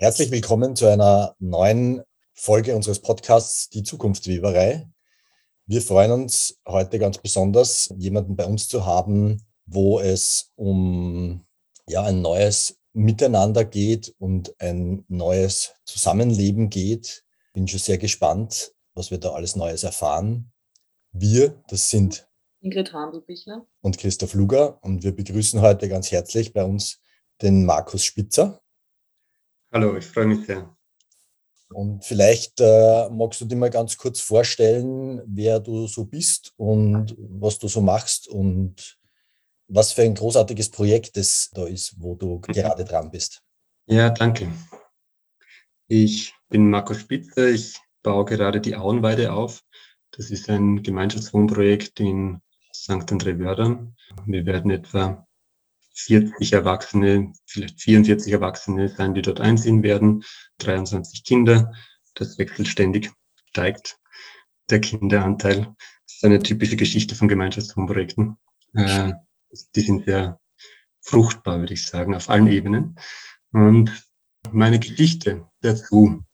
Herzlich willkommen zu einer neuen Folge unseres Podcasts Die Zukunftsweberei. Wir freuen uns heute ganz besonders, jemanden bei uns zu haben, wo es um ein neues Miteinander geht und ein neues Zusammenleben geht. Bin schon sehr gespannt, was wir da alles Neues erfahren. Wir, das sind Ingrid Handelbichler und Christoph Luger, und wir begrüßen heute ganz herzlich bei uns den Markus Spitzer. Hallo, ich freue mich sehr. Und vielleicht magst du dir mal ganz kurz vorstellen, wer du so bist und was du so machst und was für ein großartiges Projekt es da ist, wo du gerade dran bist. Ja, danke. Ich bin Markus Spitzer, ich baue gerade die Auenweide auf. Das ist ein Gemeinschaftswohnprojekt in St. André-Wördern. Wir werden etwa 40 Erwachsene, vielleicht 44 Erwachsene sein, die dort einziehen werden, 23 Kinder. Das wechselt ständig, steigt der Kinderanteil. Das ist eine typische Geschichte von Gemeinschaftswohnprojekten. Die sind sehr fruchtbar, würde ich sagen, auf allen Ebenen. Und meine Geschichte dazu,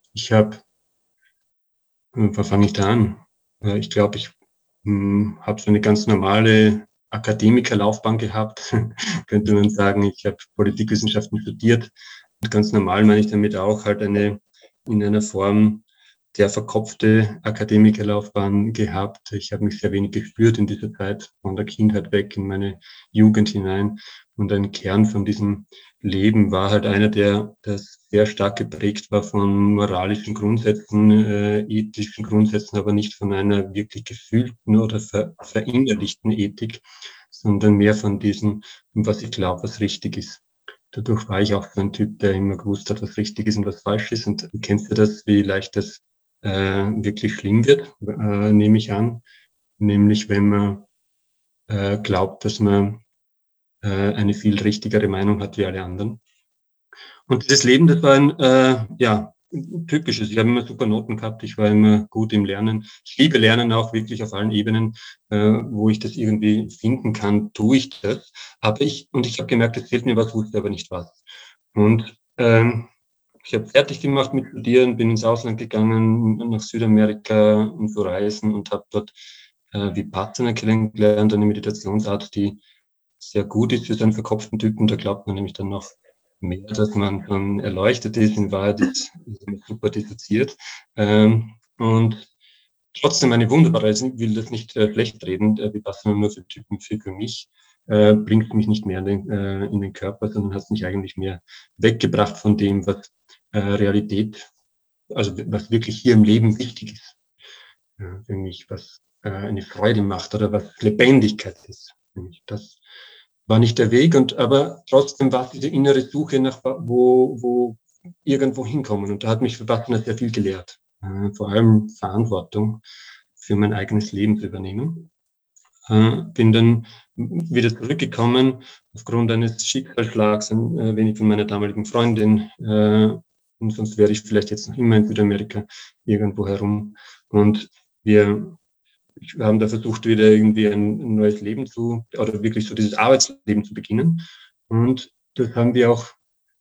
wo fange ich da an? Ich glaube, ich habe so eine ganz normale Akademikerlaufbahn gehabt, könnte man sagen. Ich habe Politikwissenschaften studiert. Und ganz normal meine ich damit auch halt in einer Form sehr verkopfte Akademikerlaufbahn gehabt. Ich habe mich sehr wenig gespürt in dieser Zeit, von der Kindheit weg in meine Jugend hinein. Und ein Kern von diesem Leben war halt einer, das sehr stark geprägt war von moralischen Grundsätzen, ethischen Grundsätzen, aber nicht von einer wirklich gefühlten oder verinnerlichten Ethik, sondern mehr von diesem, was ich glaube, was richtig ist. Dadurch war ich auch so ein Typ, der immer gewusst hat, was richtig ist und was falsch ist. Und kennst du das, wie leicht das wirklich schlimm wird, nehme ich an. Nämlich, wenn man glaubt, dass man eine viel richtigere Meinung hat wie alle anderen. Und dieses Leben, das war ein typisches. Ich habe immer super Noten gehabt, ich war immer gut im Lernen. Ich liebe Lernen auch wirklich auf allen Ebenen, wo ich das irgendwie finden kann, tue ich das. Ich habe gemerkt, es fehlt mir was, wusste aber nicht was. Und ich habe fertig gemacht mit Studieren, bin ins Ausland gegangen, nach Südamerika, um zu reisen und habe dort Vipassana kennengelernt, eine Meditationsart, die sehr gut ist für so einen verkopften Typen. Da glaubt man nämlich dann noch mehr, dass man dann erleuchtet ist. In Wahrheit ist man super dissoziiert. Und trotzdem eine wunderbare, ich will das nicht schlecht reden, Vipassana nur für Typen, für mich, bringt mich nicht mehr in den Körper, sondern hat mich eigentlich mehr weggebracht von dem, was Realität, also was wirklich hier im Leben wichtig ist. Für mich, was eine Freude macht oder was Lebendigkeit ist. Für mich. Das war nicht der Weg, aber trotzdem war es diese innere Suche nach wo irgendwo hinkommen. Und da hat mich Vipassana sehr viel gelehrt. Vor allem Verantwortung für mein eigenes Leben zu übernehmen. Bin dann wieder zurückgekommen aufgrund eines Schicksalsschlags, ein wenig von meiner damaligen Freundin. Und sonst wäre ich vielleicht jetzt noch immer in Südamerika irgendwo herum. Und wir haben da versucht, wieder irgendwie ein neues Leben oder wirklich so dieses Arbeitsleben zu beginnen. Und das haben wir auch,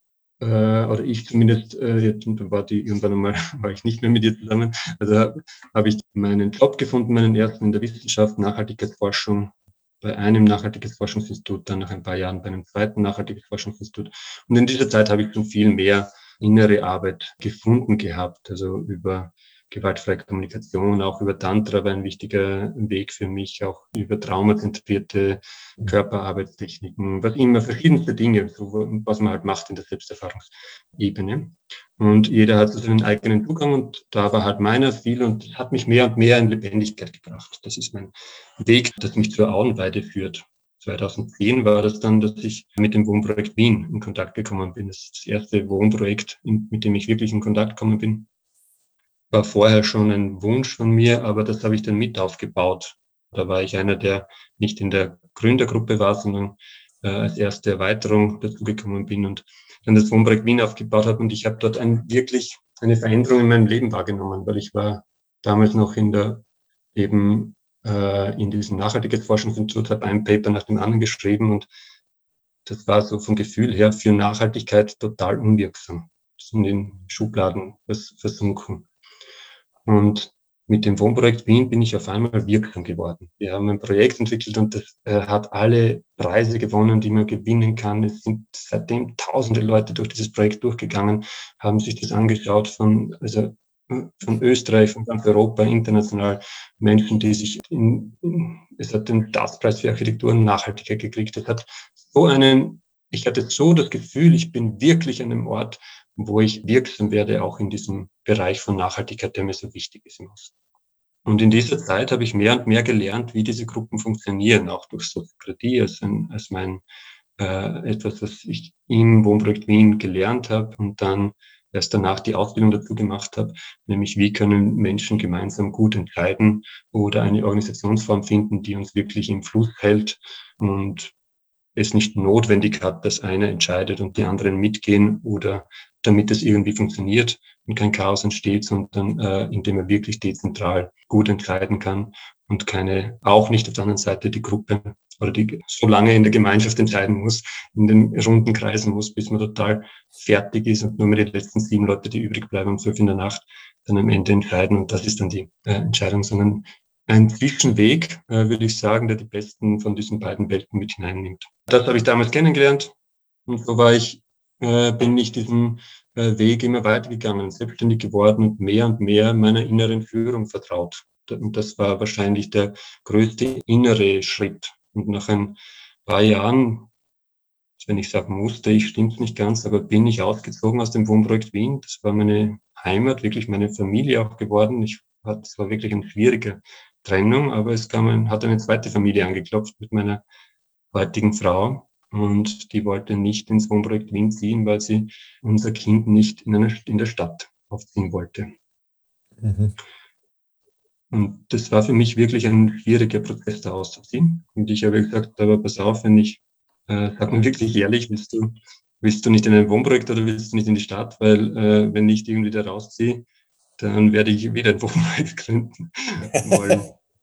oder ich zumindest, irgendwann einmal war ich nicht mehr mit ihr zusammen. Also habe ich meinen Job gefunden, meinen ersten in der Wissenschaft, Nachhaltigkeitsforschung, bei einem Nachhaltigkeitsforschungsinstitut, dann nach ein paar Jahren bei einem zweiten Nachhaltigkeitsforschungsinstitut. Und in dieser Zeit habe ich schon viel mehr innere Arbeit gefunden gehabt, also über gewaltfreie Kommunikation, auch über Tantra war ein wichtiger Weg für mich, auch über traumazentrierte Körperarbeitstechniken, was immer, verschiedenste Dinge, so, was man halt macht in der Selbsterfahrungsebene. Und jeder hat so seinen eigenen Zugang und da war halt meiner viel und hat mich mehr und mehr in Lebendigkeit gebracht. Das ist mein Weg, das mich zur Auenweide führt. 2010 war das dann, dass ich mit dem Wohnprojekt Wien in Kontakt gekommen bin. Das ist das erste Wohnprojekt, mit dem ich wirklich in Kontakt gekommen bin. War vorher schon ein Wunsch von mir, aber das habe ich dann mit aufgebaut. Da war ich einer, der nicht in der Gründergruppe war, sondern als erste Erweiterung dazugekommen bin und dann das Wohnprojekt Wien aufgebaut habe. Und ich habe dort wirklich eine Veränderung in meinem Leben wahrgenommen, weil ich war damals noch in diesem Nachhaltigkeitsforschungsinstitut, habe ein Paper nach dem anderen geschrieben und das war so vom Gefühl her für Nachhaltigkeit total unwirksam. in den Schubladen versunken. Und mit dem Wohnprojekt Wien bin ich auf einmal wirksam geworden. Wir haben ein Projekt entwickelt und das hat alle Preise gewonnen, die man gewinnen kann. Es sind seitdem tausende Leute durch dieses Projekt durchgegangen, haben sich das angeschaut von Österreich, von ganz Europa, international. Menschen, die sich es hat den DAS-Preis für Architektur und Nachhaltigkeit gekriegt. Ich hatte so das Gefühl, ich bin wirklich an einem Ort, wo ich wirksam werde, auch in diesem Bereich von Nachhaltigkeit, der mir so wichtig ist im Osten. Und in dieser Zeit habe ich mehr und mehr gelernt, wie diese Gruppen funktionieren, auch durch Soziokratie als etwas, was ich im Wohnprojekt Wien gelernt habe und dann erst danach die Ausbildung dazu gemacht habe, nämlich wie können Menschen gemeinsam gut entscheiden oder eine Organisationsform finden, die uns wirklich im Fluss hält und es nicht notwendig hat, dass einer entscheidet und die anderen mitgehen oder damit es irgendwie funktioniert und kein Chaos entsteht, sondern indem er wirklich dezentral gut entscheiden kann und auch nicht auf der anderen Seite die Gruppe oder die so lange in der Gemeinschaft entscheiden muss, in den Runden kreisen muss, bis man total fertig ist und nur mehr die letzten 7 Leute, die übrig bleiben um 12 in der Nacht, dann am Ende entscheiden und das ist dann die Entscheidung, sondern ein Zwischenweg, würde ich sagen, der die besten von diesen beiden Welten mit hineinnimmt. Das habe ich damals kennengelernt und so bin ich diesen Weg immer weitergegangen, selbstständig geworden und mehr meiner inneren Führung vertraut. Und das war wahrscheinlich der größte innere Schritt. Und nach ein paar Jahren, wenn ich sagen musste, stimmt nicht ganz, aber bin ich ausgezogen aus dem Wohnprojekt Wien. Das war meine Heimat, wirklich meine Familie auch geworden. Es war wirklich eine schwierige Trennung, aber hat eine zweite Familie angeklopft mit meiner heutigen Frau und die wollte nicht ins Wohnprojekt Wien ziehen, weil sie unser Kind nicht in der Stadt aufziehen wollte. Mhm. Und das war für mich wirklich ein schwieriger Prozess, da auszuziehen. Und ich habe gesagt, aber pass auf, sag mir wirklich ehrlich, willst du nicht in ein Wohnprojekt oder willst du nicht in die Stadt? Weil wenn ich irgendwie da rausziehe, dann werde ich wieder ein Wohnprojekt gründen wollen.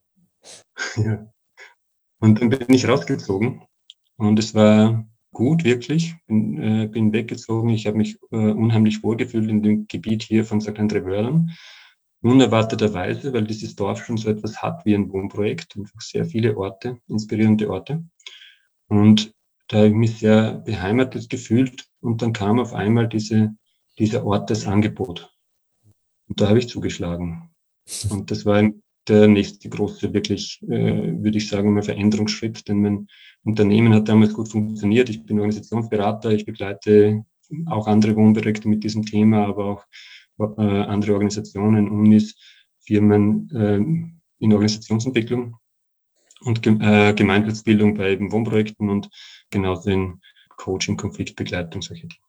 Ja. Und dann bin ich rausgezogen und es war gut, wirklich. Bin weggezogen. Ich habe mich unheimlich wohlgefühlt in dem Gebiet hier von St. André-Wörlern. Unerwarteterweise, weil dieses Dorf schon so etwas hat wie ein Wohnprojekt, einfach sehr viele Orte, inspirierende Orte. Und da habe ich mich sehr beheimatet gefühlt und dann kam auf einmal dieser Ort das Angebot. Und da habe ich zugeschlagen. Und das war der nächste große, wirklich, würde ich sagen, Veränderungsschritt, denn mein Unternehmen hat damals gut funktioniert. Ich bin Organisationsberater, ich begleite auch andere Wohnprojekte mit diesem Thema, aber auch andere Organisationen, Unis, Firmen in Organisationsentwicklung und Gemeinschaftsbildung bei eben Wohnprojekten und genauso in Coaching, Konfliktbegleitung, solche Dinge.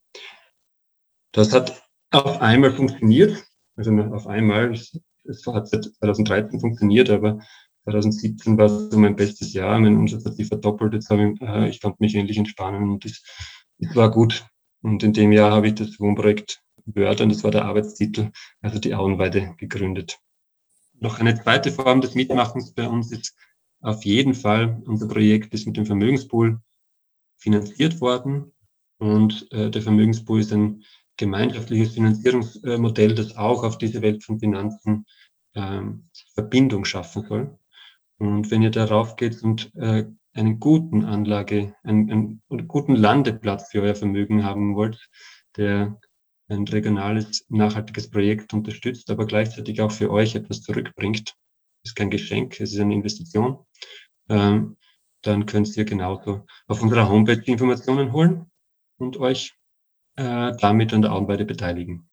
Das hat auf einmal funktioniert, also auf einmal, es hat seit 2013 funktioniert, aber 2017 war so mein bestes Jahr, mein Umsatz hat sich verdoppelt, ich konnte mich endlich entspannen und es war gut. Und in dem Jahr habe ich das Wohnprojekt Wörtern, das war der Arbeitstitel, also die Auenweide gegründet. Noch eine zweite Form des Mitmachens bei uns ist auf jeden Fall, unser Projekt ist mit dem Vermögenspool finanziert worden und der Vermögenspool ist ein gemeinschaftliches Finanzierungsmodell, das auch auf diese Welt von Finanzen Verbindung schaffen soll. Und wenn ihr darauf geht und einen guten einen guten Landeplatz für euer Vermögen haben wollt, der ein regionales, nachhaltiges Projekt unterstützt, aber gleichzeitig auch für euch etwas zurückbringt, ist kein Geschenk, es ist eine Investition, dann könnt ihr genauso auf unserer Homepage die Informationen holen und euch damit an der Auenweide beteiligen.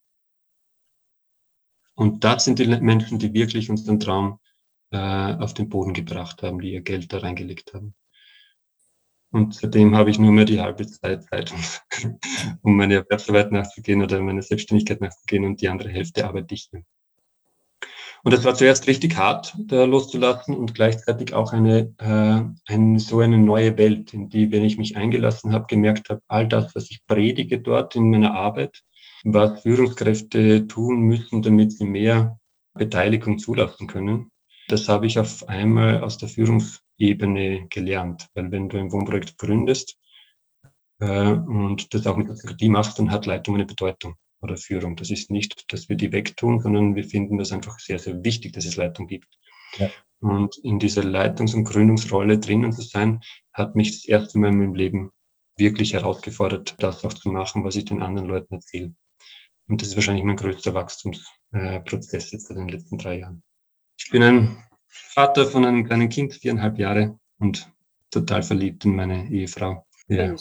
Und das sind die Menschen, die wirklich unseren Traum auf den Boden gebracht haben, die ihr Geld da reingelegt haben. Und seitdem habe ich nur mehr die halbe Zeit, um meine Erwerbsarbeit nachzugehen oder meine Selbstständigkeit nachzugehen und die andere Hälfte arbeite ich. Und das war zuerst richtig hart, da loszulassen und gleichzeitig auch so eine neue Welt, in die, wenn ich mich eingelassen habe, gemerkt habe, all das, was ich predige dort in meiner Arbeit, was Führungskräfte tun müssen, damit sie mehr Beteiligung zulassen können, das habe ich auf einmal aus der Führungsebene gelernt. Weil wenn du ein Wohnprojekt gründest, und das auch mit Demokratie machst, dann hat Leitung eine Bedeutung oder Führung. Das ist nicht, dass wir die wegtun, sondern wir finden das einfach sehr, sehr wichtig, dass es Leitung gibt. Ja. Und in dieser Leitungs- und Gründungsrolle drinnen zu sein, hat mich das erste Mal in meinem Leben wirklich herausgefordert, das auch zu machen, was ich den anderen Leuten erzähle. Und das ist wahrscheinlich mein größter Wachstumsprozess jetzt in den letzten 3 Jahren. Ich bin ein Vater von einem kleinen Kind, 4,5 Jahre, und total verliebt in meine Ehefrau. Ja.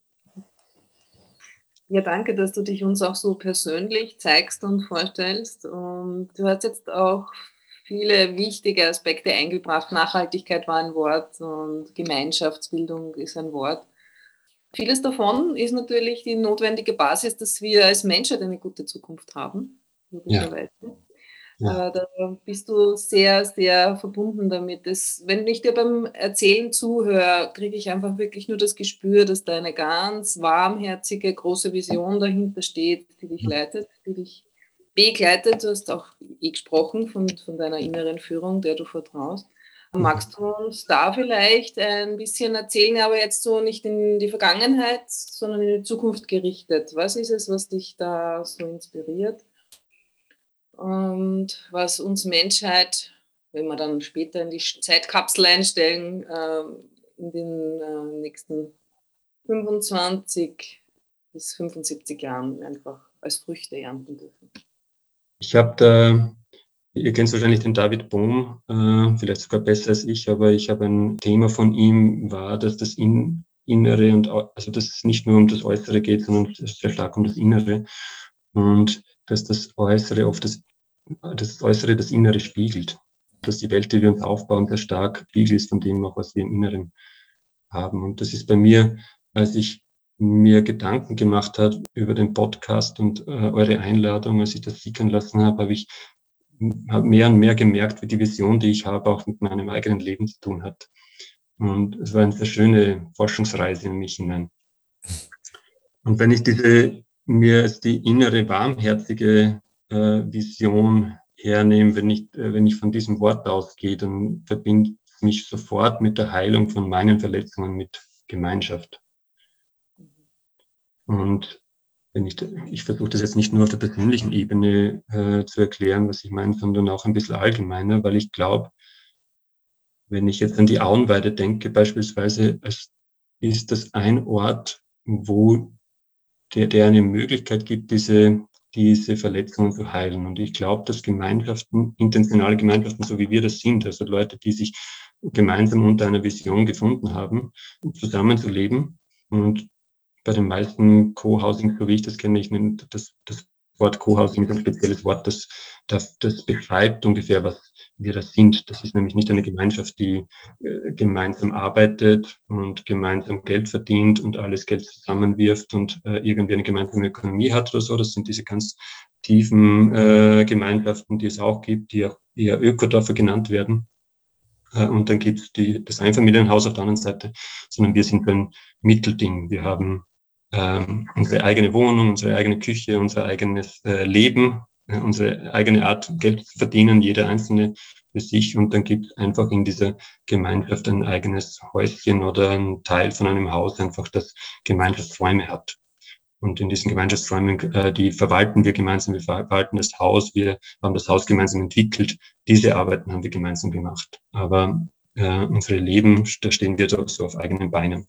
Ja, danke, dass du dich uns auch so persönlich zeigst und vorstellst. Und du hast jetzt auch viele wichtige Aspekte eingebracht. Nachhaltigkeit war ein Wort und Gemeinschaftsbildung ist ein Wort. Vieles davon ist natürlich die notwendige Basis, dass wir als Menschheit eine gute Zukunft haben, logischerweise. Ja. Da bist du sehr, sehr verbunden damit. Wenn ich dir beim Erzählen zuhöre, kriege ich einfach wirklich nur das Gespür, dass da eine ganz warmherzige, große Vision dahinter steht, die dich leitet, die dich begleitet. Du hast auch gesprochen von deiner inneren Führung, der du vertraust. Magst du uns da vielleicht ein bisschen erzählen, aber jetzt so nicht in die Vergangenheit, sondern in die Zukunft gerichtet? Was ist es, was dich da so inspiriert? Und was uns Menschheit, wenn wir dann später in die Zeitkapsel einstellen, in den nächsten 25 bis 75 Jahren einfach als Früchte ernten dürfen. Ich habe da, ihr kennt wahrscheinlich den David Bohm, vielleicht sogar besser als ich, aber ich habe ein Thema von ihm, war, dass das Innere und, also dass es nicht nur um das Äußere geht, sondern sehr stark um das Innere, und dass das Äußere oft das Äußere das Innere spiegelt, dass die Welt, die wir uns aufbauen, sehr stark Spiegel ist von dem, auch was wir im Inneren haben. Und das ist bei mir, als ich mir Gedanken gemacht habe über den Podcast und eure Einladung, als ich das sickern lassen habe, habe ich mehr und mehr gemerkt, wie die Vision, die ich habe, auch mit meinem eigenen Leben zu tun hat. Und es war eine sehr schöne Forschungsreise in mich hinein. Und wenn ich mir als die innere, warmherzige Vision hernehme, wenn ich von diesem Wort ausgehe, dann verbinde ich mich sofort mit der Heilung von meinen Verletzungen mit Gemeinschaft. Und ich versuche das jetzt nicht nur auf der persönlichen Ebene zu erklären, was ich meine, sondern auch ein bisschen allgemeiner, weil ich glaube, wenn ich jetzt an die Auenweide denke, beispielsweise, ist das ein Ort, wo der eine Möglichkeit gibt, diese Verletzungen zu heilen. Und ich glaube, dass Gemeinschaften, intentionale Gemeinschaften, so wie wir das sind, also Leute, die sich gemeinsam unter einer Vision gefunden haben, zusammenzuleben. Und bei den meisten Co-Housing, so wie ich das kenne, das Wort Co-Housing ist ein spezielles Wort, das beschreibt ungefähr, was wir das sind. Das ist nämlich nicht eine Gemeinschaft, die gemeinsam arbeitet und gemeinsam Geld verdient und alles Geld zusammenwirft und irgendwie eine gemeinsame Ökonomie hat oder so. Das sind diese ganz tiefen Gemeinschaften, die es auch gibt, die auch eher Ökodörfer genannt werden. Und dann gibt es das Einfamilienhaus auf der anderen Seite, sondern wir sind ein Mittelding. Wir haben unsere eigene Wohnung, unsere eigene Küche, unser eigenes Leben, unsere eigene Art, Geld zu verdienen, jeder Einzelne für sich. Und dann gibt es einfach in dieser Gemeinschaft ein eigenes Häuschen oder ein Teil von einem Haus, einfach das Gemeinschaftsräume hat. Und in diesen Gemeinschaftsräumen, die verwalten wir gemeinsam, wir verwalten das Haus, wir haben das Haus gemeinsam entwickelt. Diese Arbeiten haben wir gemeinsam gemacht. Aber unsere Leben, da stehen wir so auf eigenen Beinen.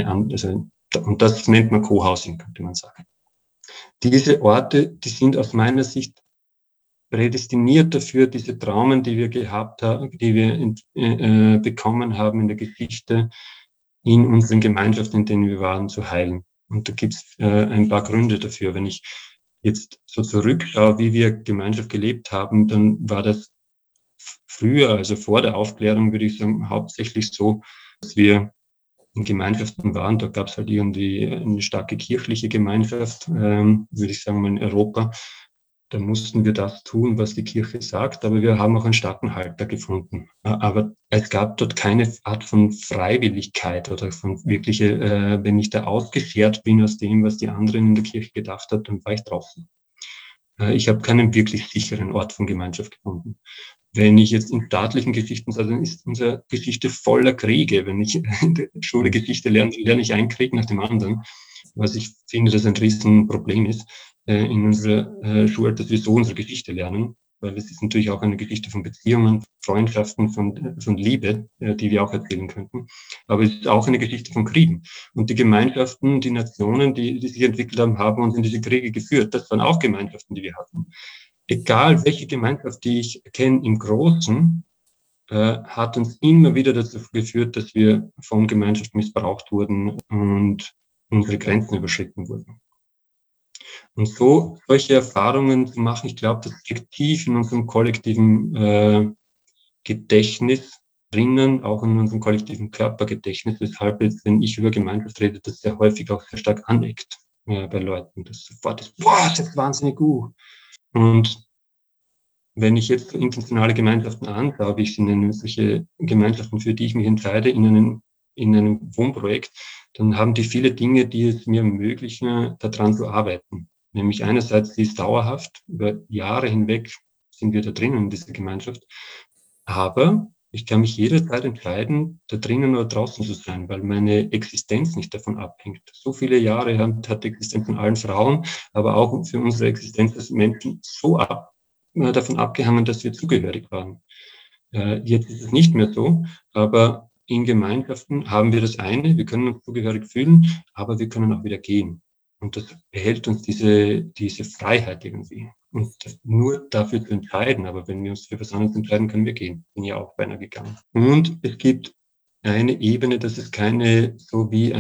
Und das nennt man Co-Housing, könnte man sagen. Diese Orte, die sind aus meiner Sicht prädestiniert dafür, diese Traumen, die wir gehabt haben, die wir bekommen haben in der Geschichte, in unseren Gemeinschaften, in denen wir waren, zu heilen. Und da gibt's ein paar Gründe dafür. Wenn ich jetzt so zurückschaue, wie wir Gemeinschaft gelebt haben, dann war das früher, also vor der Aufklärung, würde ich sagen, hauptsächlich so, dass wir in Gemeinschaften waren. Da gab es halt irgendwie eine starke kirchliche Gemeinschaft, würde ich sagen, in Europa. Da mussten wir das tun, was die Kirche sagt, aber wir haben auch einen starken Halter gefunden. Aber es gab dort keine Art von Freiwilligkeit oder von wirkliche, wenn ich da ausgeschert bin aus dem, was die anderen in der Kirche gedacht hat, dann war ich draußen. Ich habe keinen wirklich sicheren Ort von Gemeinschaft gefunden. Wenn ich jetzt in staatlichen Geschichten sage, dann ist unsere Geschichte voller Kriege. Wenn ich in der Schule Geschichte lerne, dann lerne ich einen Krieg nach dem anderen. Was ich finde, dass ein Riesenproblem ist in unserer Schule, dass wir so unsere Geschichte lernen. Weil es ist natürlich auch eine Geschichte von Beziehungen, Freundschaften, von Liebe, die wir auch erzählen könnten. Aber es ist auch eine Geschichte von Kriegen. Und die Gemeinschaften, die Nationen, die sich entwickelt haben, haben uns in diese Kriege geführt. Das waren auch Gemeinschaften, die wir hatten. Egal welche Gemeinschaft, die ich kenne im Großen, hat uns immer wieder dazu geführt, dass wir von Gemeinschaft missbraucht wurden und unsere Grenzen überschritten wurden. Und solche Erfahrungen zu machen, ich glaube, das liegt tief in unserem kollektiven Gedächtnis drinnen, auch in unserem kollektiven Körpergedächtnis, weshalb jetzt, wenn ich über Gemeinschaft rede, das sehr häufig auch sehr stark aneckt bei Leuten. Das sofort ist, boah, das ist wahnsinnig gut. Und wenn ich jetzt internationale Gemeinschaften anschaue, wie ich sie nenne, solche Gemeinschaften, für die ich mich entscheide, in einem Wohnprojekt, dann haben die viele Dinge, die es mir ermöglichen, daran zu arbeiten. Nämlich einerseits, sie ist dauerhaft, über Jahre hinweg sind wir da drinnen in dieser Gemeinschaft. Aber ich kann mich jederzeit entscheiden, da drinnen oder draußen zu sein, weil meine Existenz nicht davon abhängt. So viele Jahre hat die Existenz von allen Frauen, aber auch für unsere Existenz als Menschen so davon abgehangen, dass wir zugehörig waren. Jetzt ist es nicht mehr so, aber in Gemeinschaften haben wir das eine, wir können uns zugehörig fühlen, aber wir können auch wieder gehen. Und das behält uns diese Freiheit irgendwie. Und nur dafür zu entscheiden, aber wenn wir uns für was anderes entscheiden, können wir gehen. Bin ja auch beinahe gegangen. Und es gibt eine Ebene, dass es keine, so wie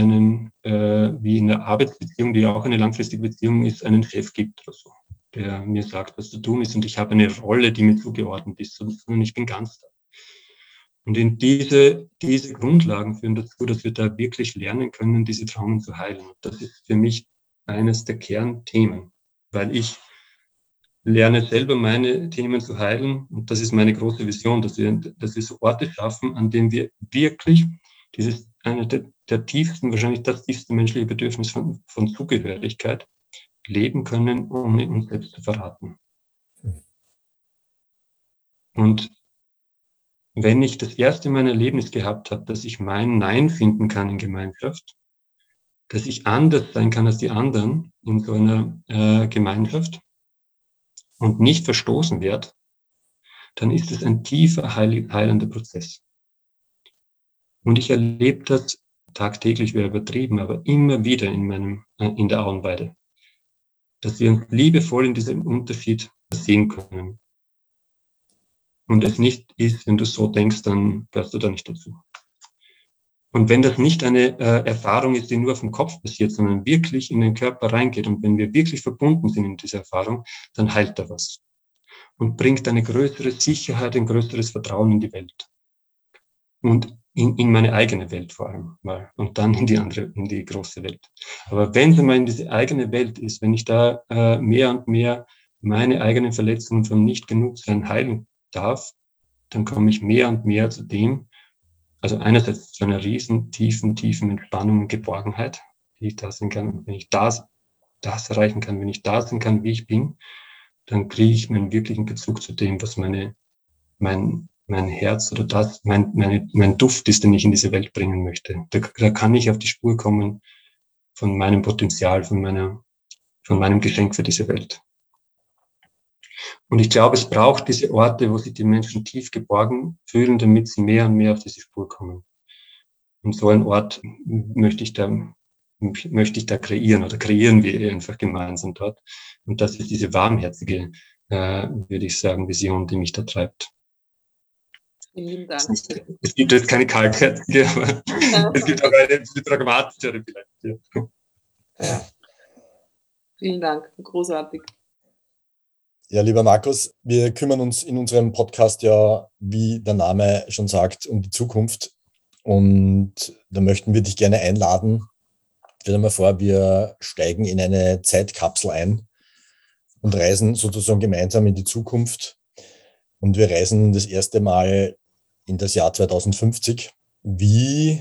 wie in einer Arbeitsbeziehung, die ja auch eine langfristige Beziehung ist, einen Chef gibt oder so, der mir sagt, was zu tun ist, und ich habe eine Rolle, die mir zugeordnet ist, sondern ich bin ganz da. Und in diese Grundlagen führen dazu, dass wir da wirklich lernen können, diese Traumen zu heilen. Und das ist für mich eines der Kernthemen, weil ich lerne selber meine Themen zu heilen, und das ist meine große Vision, dass wir so Orte schaffen, an denen wir wirklich eine der tiefsten, wahrscheinlich das tiefste menschliche Bedürfnis von Zugehörigkeit leben können, ohne uns selbst zu verraten. Und wenn ich das erste Mal ein Erlebnis gehabt habe, dass ich mein Nein finden kann in Gemeinschaft, dass ich anders sein kann als die anderen in so einer Gemeinschaft und nicht verstoßen werde, dann ist es ein tiefer heilender Prozess. Und ich erlebe das tagtäglich, wäre übertrieben, aber immer wieder in der Auenweide, dass wir uns liebevoll in diesem Unterschied sehen können. Und es nicht ist, wenn du so denkst, dann gehörst du da nicht dazu. Und wenn das nicht eine Erfahrung ist, die nur auf dem Kopf passiert, sondern wirklich in den Körper reingeht, und wenn wir wirklich verbunden sind in dieser Erfahrung, dann heilt da was und bringt eine größere Sicherheit, ein größeres Vertrauen in die Welt und in meine eigene Welt vor allem mal, und dann in die große Welt. Aber wenn es mal in diese eigene Welt ist, wenn ich da mehr und mehr meine eigenen Verletzungen von nicht genug sein heilen darf, dann komme ich mehr und mehr zu dem, also einerseits zu einer riesen, tiefen Entspannung und Geborgenheit, die ich da sein kann. Und wenn ich das erreichen kann, wenn ich da sein kann, wie ich bin, dann kriege ich meinen wirklichen Bezug zu dem, was mein Herz oder mein Duft ist, den ich in diese Welt bringen möchte. Da kann ich auf die Spur kommen von meinem Potenzial, von meinem Geschenk für diese Welt. Und ich glaube, es braucht diese Orte, wo sich die Menschen tief geborgen fühlen, damit sie mehr und mehr auf diese Spur kommen. Und so einen Ort möchte ich da kreieren, oder kreieren wir einfach gemeinsam dort. Und das ist diese warmherzige, würde ich sagen, Vision, die mich da treibt. Vielen Dank. Es gibt jetzt keine kaltherzige, aber es gibt auch eine pragmatischere vielleicht. Ja. Vielen Dank, großartig. Ja, lieber Markus, wir kümmern uns in unserem Podcast ja, wie der Name schon sagt, um die Zukunft. Und da möchten wir dich gerne einladen. Stell dir mal vor, wir steigen in eine Zeitkapsel ein und reisen sozusagen gemeinsam in die Zukunft. Und wir reisen das erste Mal in das Jahr 2050. Wie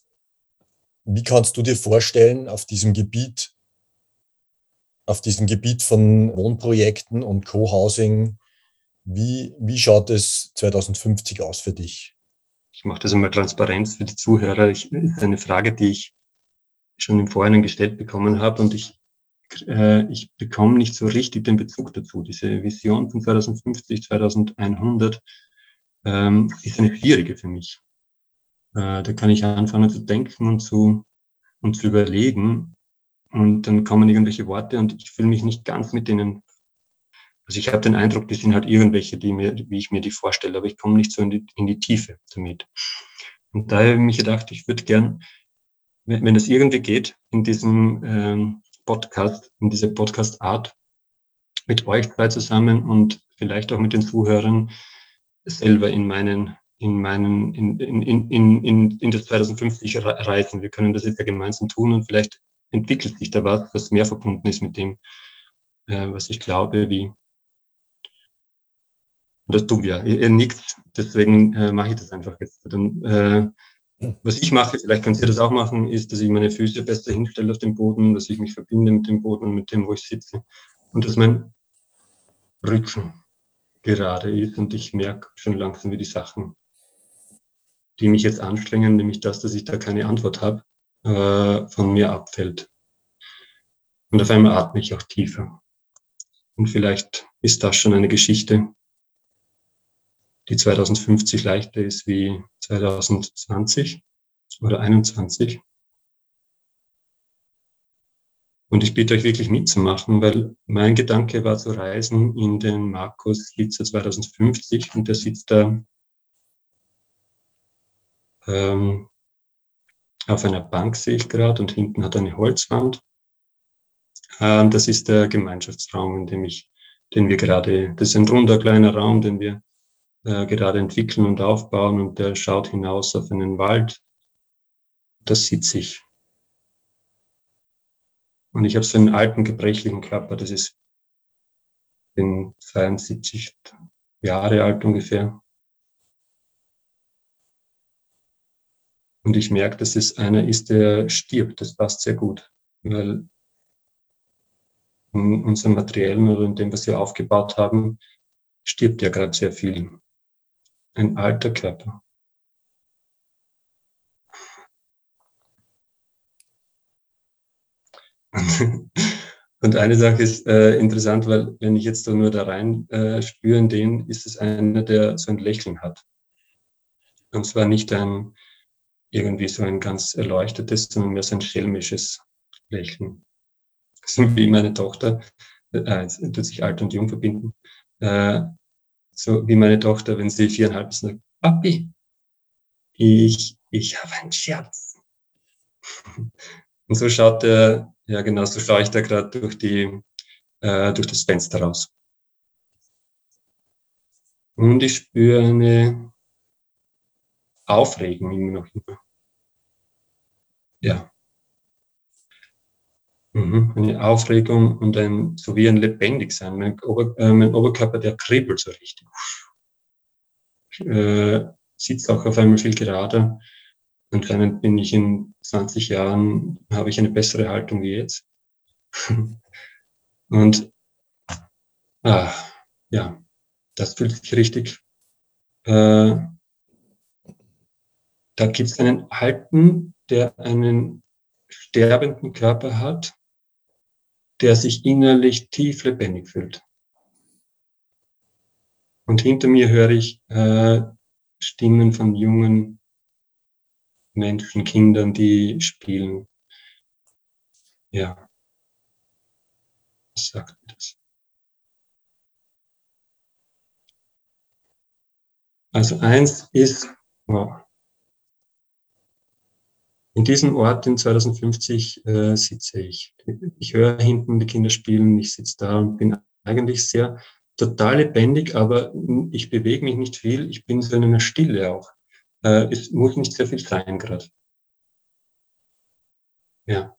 kannst du dir vorstellen, auf diesem Gebiet von Wohnprojekten und Co-Housing, Wie schaut es 2050 aus für dich? Ich mache das einmal Transparenz für die Zuhörer. Das ist eine Frage, die ich schon im Vorhinein gestellt bekommen habe und ich bekomme nicht so richtig den Bezug dazu. Diese Vision von 2050, 2100 ist eine schwierige für mich. Da kann ich anfangen zu denken und zu überlegen und dann kommen irgendwelche Worte und ich fühle mich nicht ganz mit denen. Also ich habe den Eindruck, die sind halt irgendwelche, wie ich mir die vorstelle, aber ich komme nicht so in die Tiefe damit. Und da habe ich mir gedacht, ich würde gern, wenn es irgendwie geht, in diesem Podcast, in dieser Podcast-Art, mit euch zwei zusammen und vielleicht auch mit den Zuhörern selber in das 2050 reisen. Wir können das jetzt ja gemeinsam tun und vielleicht entwickelt sich da was mehr verbunden ist mit dem, was ich glaube, wie. Und das tun wir. Ihr nickt, deswegen mache ich das einfach jetzt. Dann, was ich mache, vielleicht könnt ihr das auch machen, ist, dass ich meine Füße besser hinstelle auf dem Boden, dass ich mich verbinde mit dem Boden und mit dem, wo ich sitze. Und dass mein Rücken gerade ist und ich merke schon langsam, wie die Sachen, die mich jetzt anstrengen, nämlich das, dass ich da keine Antwort habe, von mir abfällt. Und auf einmal atme ich auch tiefer. Und vielleicht ist das schon eine Geschichte, die 2050 leichter ist wie 2020 oder 2021. Und ich bitte euch wirklich mitzumachen, weil mein Gedanke war zu reisen in den Markus Litzer 2050 und der sitzt da auf einer Bank, sehe ich gerade, und hinten hat eine Holzwand. Das ist der Gemeinschaftsraum, den wir gerade, das ist ein runder kleiner Raum, den wir gerade entwickeln und aufbauen und der schaut hinaus auf einen Wald. Da sitze ich. Und ich habe so einen alten, gebrechlichen Körper, das ist, bin 72 Jahre alt ungefähr. Und ich merke, dass es einer ist, der stirbt. Das passt sehr gut, weil in unserem Materiellen oder in dem, was wir aufgebaut haben, stirbt ja gerade sehr viel. Ein alter Körper. Und eine Sache ist interessant, weil wenn ich jetzt nur da rein spüre in den, ist es einer, der so ein Lächeln hat. Und zwar nicht irgendwie so ein ganz erleuchtetes, sondern mehr so ein schelmisches Lächeln. So wie meine Tochter, jetzt tut sich alt und jung verbinden, so wie meine Tochter, wenn sie 4,5 ist, sagt, Papi, ich habe einen Scherz. Und so schaut er, ja genau, so schaue ich da gerade durch das Fenster raus. Und ich spüre eine Aufregung immer noch. Ja. Eine Aufregung und so wie ein Lebendigsein. Mein Oberkörper, der kribbelt so richtig. Sitzt auch auf einmal viel gerader. Anscheinend bin ich in 20 Jahren, habe ich eine bessere Haltung wie jetzt. Und ja, das fühlt sich richtig. Da gibt es einen Alten, der einen sterbenden Körper hat, der sich innerlich tief lebendig fühlt. Und hinter mir höre ich Stimmen von jungen Menschen, Kindern, die spielen. Ja, was sagt mir das? Also eins ist, wow, in diesem Ort in 2050 sitze ich. Ich höre hinten die Kinder spielen, ich sitze da und bin eigentlich total lebendig, aber ich bewege mich nicht viel, ich bin so in einer Stille auch. Es muss nicht sehr viel sein gerade. Ja.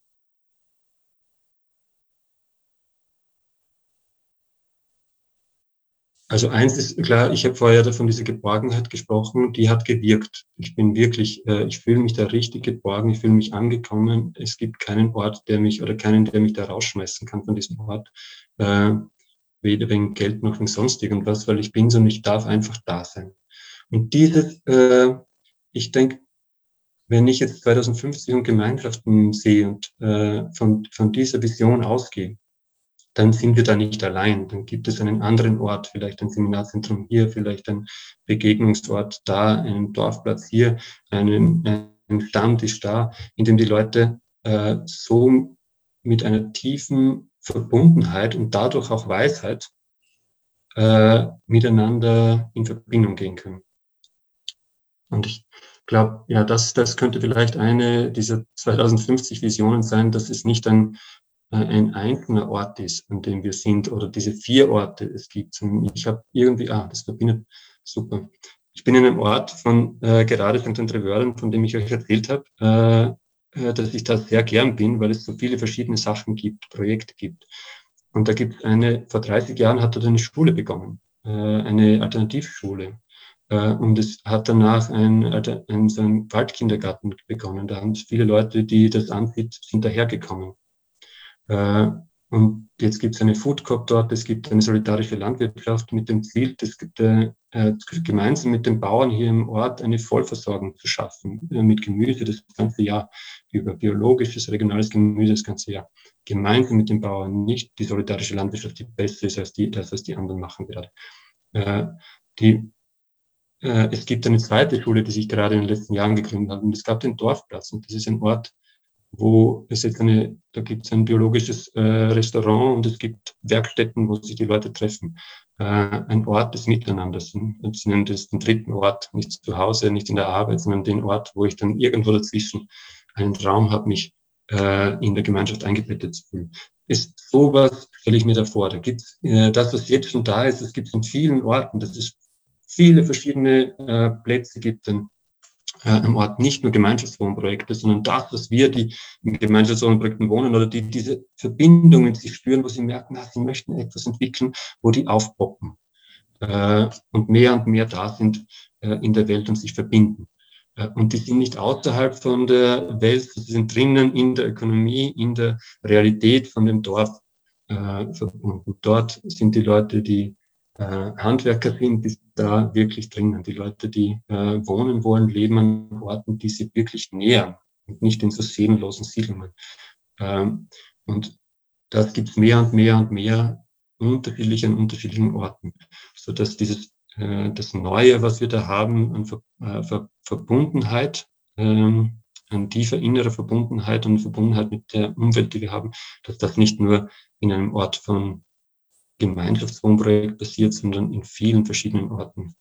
Also eins ist klar, ich habe vorher von dieser Geborgenheit gesprochen, die hat gewirkt. Ich bin wirklich, ich fühle mich da richtig geborgen, ich fühle mich angekommen. Es gibt keinen Ort, der mich da rausschmeißen kann von diesem Ort. weder wegen Geld noch wegen sonst irgendwas, weil ich bin so und ich darf einfach da sein. Und ich denke, wenn ich jetzt 2050 und Gemeinschaften sehe und von dieser Vision ausgehe, dann sind wir da nicht allein. Dann gibt es einen anderen Ort, vielleicht ein Seminarzentrum hier, vielleicht ein Begegnungsort da, einen Dorfplatz hier, einen Stammtisch da, in dem die Leute so mit einer tiefen Verbundenheit und dadurch auch Weisheit miteinander in Verbindung gehen können. Und ich glaube, ja, das könnte vielleicht eine dieser 2050 Visionen sein, dass es nicht ein einzelner Ort ist, an dem wir sind, oder diese 4 Orte es gibt. Und ich habe irgendwie, das verbindet super. Ich bin in einem Ort von gerade St. André-Wörl, von dem ich euch erzählt habe, dass ich da sehr gern bin, weil es so viele verschiedene Sachen gibt, Projekte gibt. Und da gibt es vor 30 Jahren hat dort eine Schule begonnen, eine Alternativschule. Und es hat danach so ein Waldkindergarten begonnen. Da haben viele Leute, die das ansieht, sind dahergekommen. Und jetzt gibt es eine Food Coop dort, es gibt eine solidarische Landwirtschaft mit dem Ziel, es gibt gemeinsam mit den Bauern hier im Ort eine Vollversorgung zu schaffen, mit Gemüse das ganze Jahr, über biologisches, regionales Gemüse das ganze Jahr. Gemeinsam mit den Bauern, nicht die solidarische Landwirtschaft, die besser ist als was die anderen machen gerade. Es gibt eine zweite Schule, die sich gerade in den letzten Jahren gegründet hat, und es gab den Dorfplatz, und das ist ein Ort, wo es jetzt da gibt es ein biologisches Restaurant, und es gibt Werkstätten, wo sich die Leute treffen. Ein Ort des Miteinanders. Sie nennen das den dritten Ort, nicht zu Hause, nicht in der Arbeit, sondern den Ort, wo ich dann irgendwo dazwischen einen Raum habe, mich in der Gemeinschaft eingebettet zu fühlen. Sowas stelle ich mir da vor. Da gibt's das, was jetzt schon da ist, das gibt es in vielen Orten. Das ist viele verschiedene Plätze gibt am Ort, nicht nur Gemeinschaftswohnprojekte, sondern das, was wir, die in Gemeinschaftswohnprojekten wohnen oder die diese Verbindungen sich spüren, wo sie merken, sie möchten etwas entwickeln, wo die aufpoppen und mehr da sind in der Welt und sich verbinden. Und die sind nicht außerhalb von der Welt, sie sind drinnen in der Ökonomie, in der Realität von dem Dorf verbunden. Dort sind die Leute, die Handwerker sind, die da wirklich drinnen. Die Leute, die wohnen wollen, leben an Orten, die sie wirklich nähern und nicht in so seelenlosen Siedlungen. Und das gibt es mehr und mehr unterschiedlich an unterschiedlichen Orten, sodass das Neue, was wir da haben, an Verbundenheit, an tiefer innerer Verbundenheit und Verbundenheit mit der Umwelt, die wir haben, dass das nicht nur in einem Ort von Gemeinschaftswohnprojekt passiert, sondern in vielen verschiedenen Orten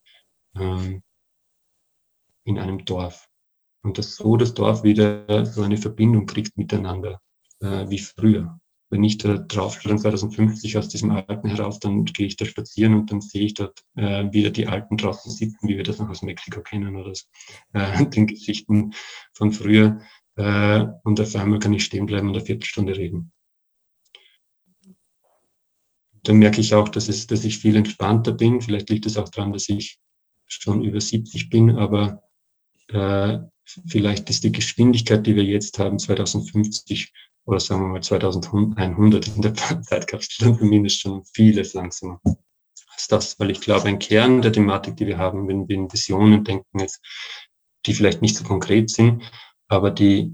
in einem Dorf. Und dass so das Dorf wieder so eine Verbindung kriegt miteinander, wie früher. Wenn ich da drauf schaue, 2050 aus diesem Alten heraus, dann gehe ich da spazieren und dann sehe ich dort wieder die Alten draußen sitzen, wie wir das noch aus Mexiko kennen, oder den Geschichten von früher. Und auf einmal kann ich stehen bleiben und eine Viertelstunde reden. Dann merke ich auch, dass ich viel entspannter bin. Vielleicht liegt es auch daran, dass ich schon über 70 bin, aber vielleicht ist die Geschwindigkeit, die wir jetzt haben, 2050 oder sagen wir mal 2100 in der Zeitkapsel zumindest schon vieles langsamer als das, weil ich glaube, ein Kern der Thematik, die wir haben, wenn wir in Visionen denken, jetzt, die vielleicht nicht so konkret sind, aber die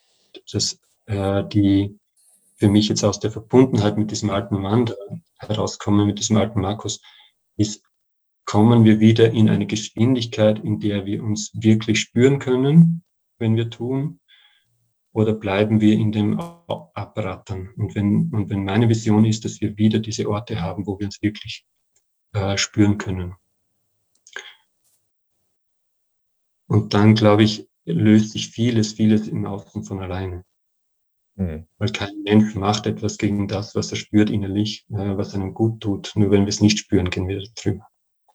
für mich jetzt aus der Verbundenheit mit diesem alten Mann herauskommen, mit diesem alten Markus, kommen wir wieder in eine Geschwindigkeit, in der wir uns wirklich spüren können, wenn wir tun, oder bleiben wir in dem Abrattern? Und wenn meine Vision ist, dass wir wieder diese Orte haben, wo wir uns wirklich spüren können. Und dann, glaube ich, löst sich vieles im Außen von alleine. Weil kein Mensch macht etwas gegen das, was er spürt innerlich, was einem gut tut. Nur wenn wir es nicht spüren, gehen wir drüber.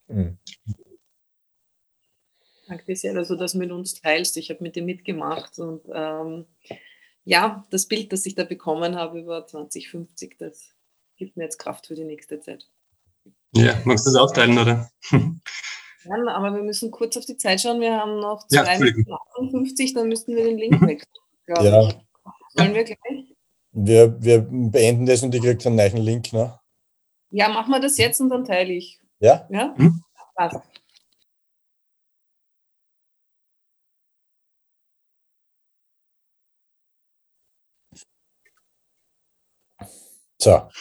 Danke sehr, dass du das mit uns teilst. Ich habe mit dir mitgemacht und ja, das Bild, das ich da bekommen habe über 2050, das gibt mir jetzt Kraft für die nächste Zeit. Ja, magst du das aufteilen, oder? Ja, aber wir müssen kurz auf die Zeit schauen. Wir haben noch 2 Minuten 58, dann müssten wir den Link wechseln, glaube Ja. ich. Sollen wir gleich? Wir beenden das und ich kriege einen neuen Link, ne? Ja, machen wir das jetzt und dann teile ich. Ja? Ja? Hm? Passt. So.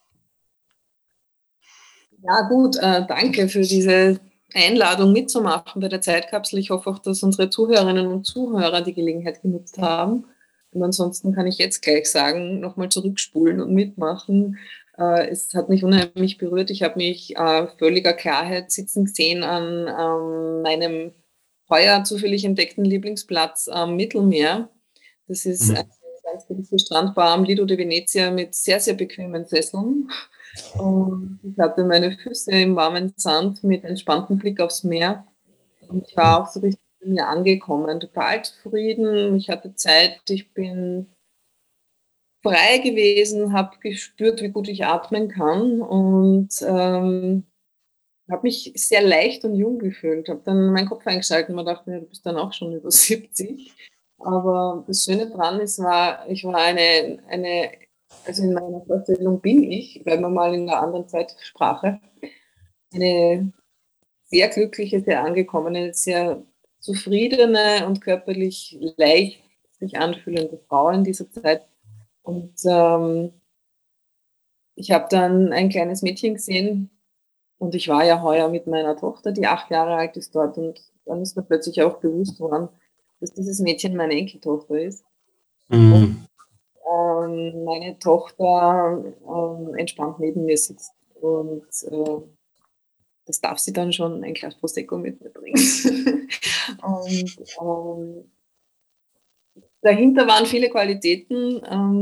Ja, gut, danke für diese Einladung mitzumachen bei der Zeitkapsel. Ich hoffe auch, dass unsere Zuhörerinnen und Zuhörer die Gelegenheit genutzt haben. Und ansonsten kann ich jetzt gleich sagen, nochmal zurückspulen und mitmachen. Es hat mich unheimlich berührt. Ich habe mich völliger Klarheit sitzen gesehen an meinem heuer zufällig entdeckten Lieblingsplatz am Mittelmeer. Das ist eine Mhm. ganz gewisse Strandbar am Lido de Venezia mit sehr, sehr bequemen Sesseln. Und ich hatte meine Füße im warmen Sand mit entspanntem Blick aufs Meer. Und ich war auch so richtig bei mir angekommen, total zufrieden. Ich hatte Zeit, ich bin frei gewesen, habe gespürt, wie gut ich atmen kann und habe mich sehr leicht und jung gefühlt. Habe dann meinen Kopf eingeschaltet und mir gedacht, ja, du bist dann auch schon über 70. Aber das Schöne dran ist, ich war also in meiner Vorstellung bin ich, bleiben wir mal in einer anderen Zeitsprache, eine sehr glückliche, sehr angekommene, sehr zufriedene und körperlich leicht sich anfühlende Frau in dieser Zeit. Und ich habe dann ein kleines Mädchen gesehen und ich war ja heuer mit meiner Tochter, die 8 Jahre alt ist dort. Und dann ist mir plötzlich auch bewusst worden, dass dieses Mädchen meine Enkeltochter ist. Und Mhm. meine Tochter entspannt neben mir sitzt. Und das darf sie dann schon ein Glas Prosecco mit mir bringen. Und dahinter waren viele Qualitäten,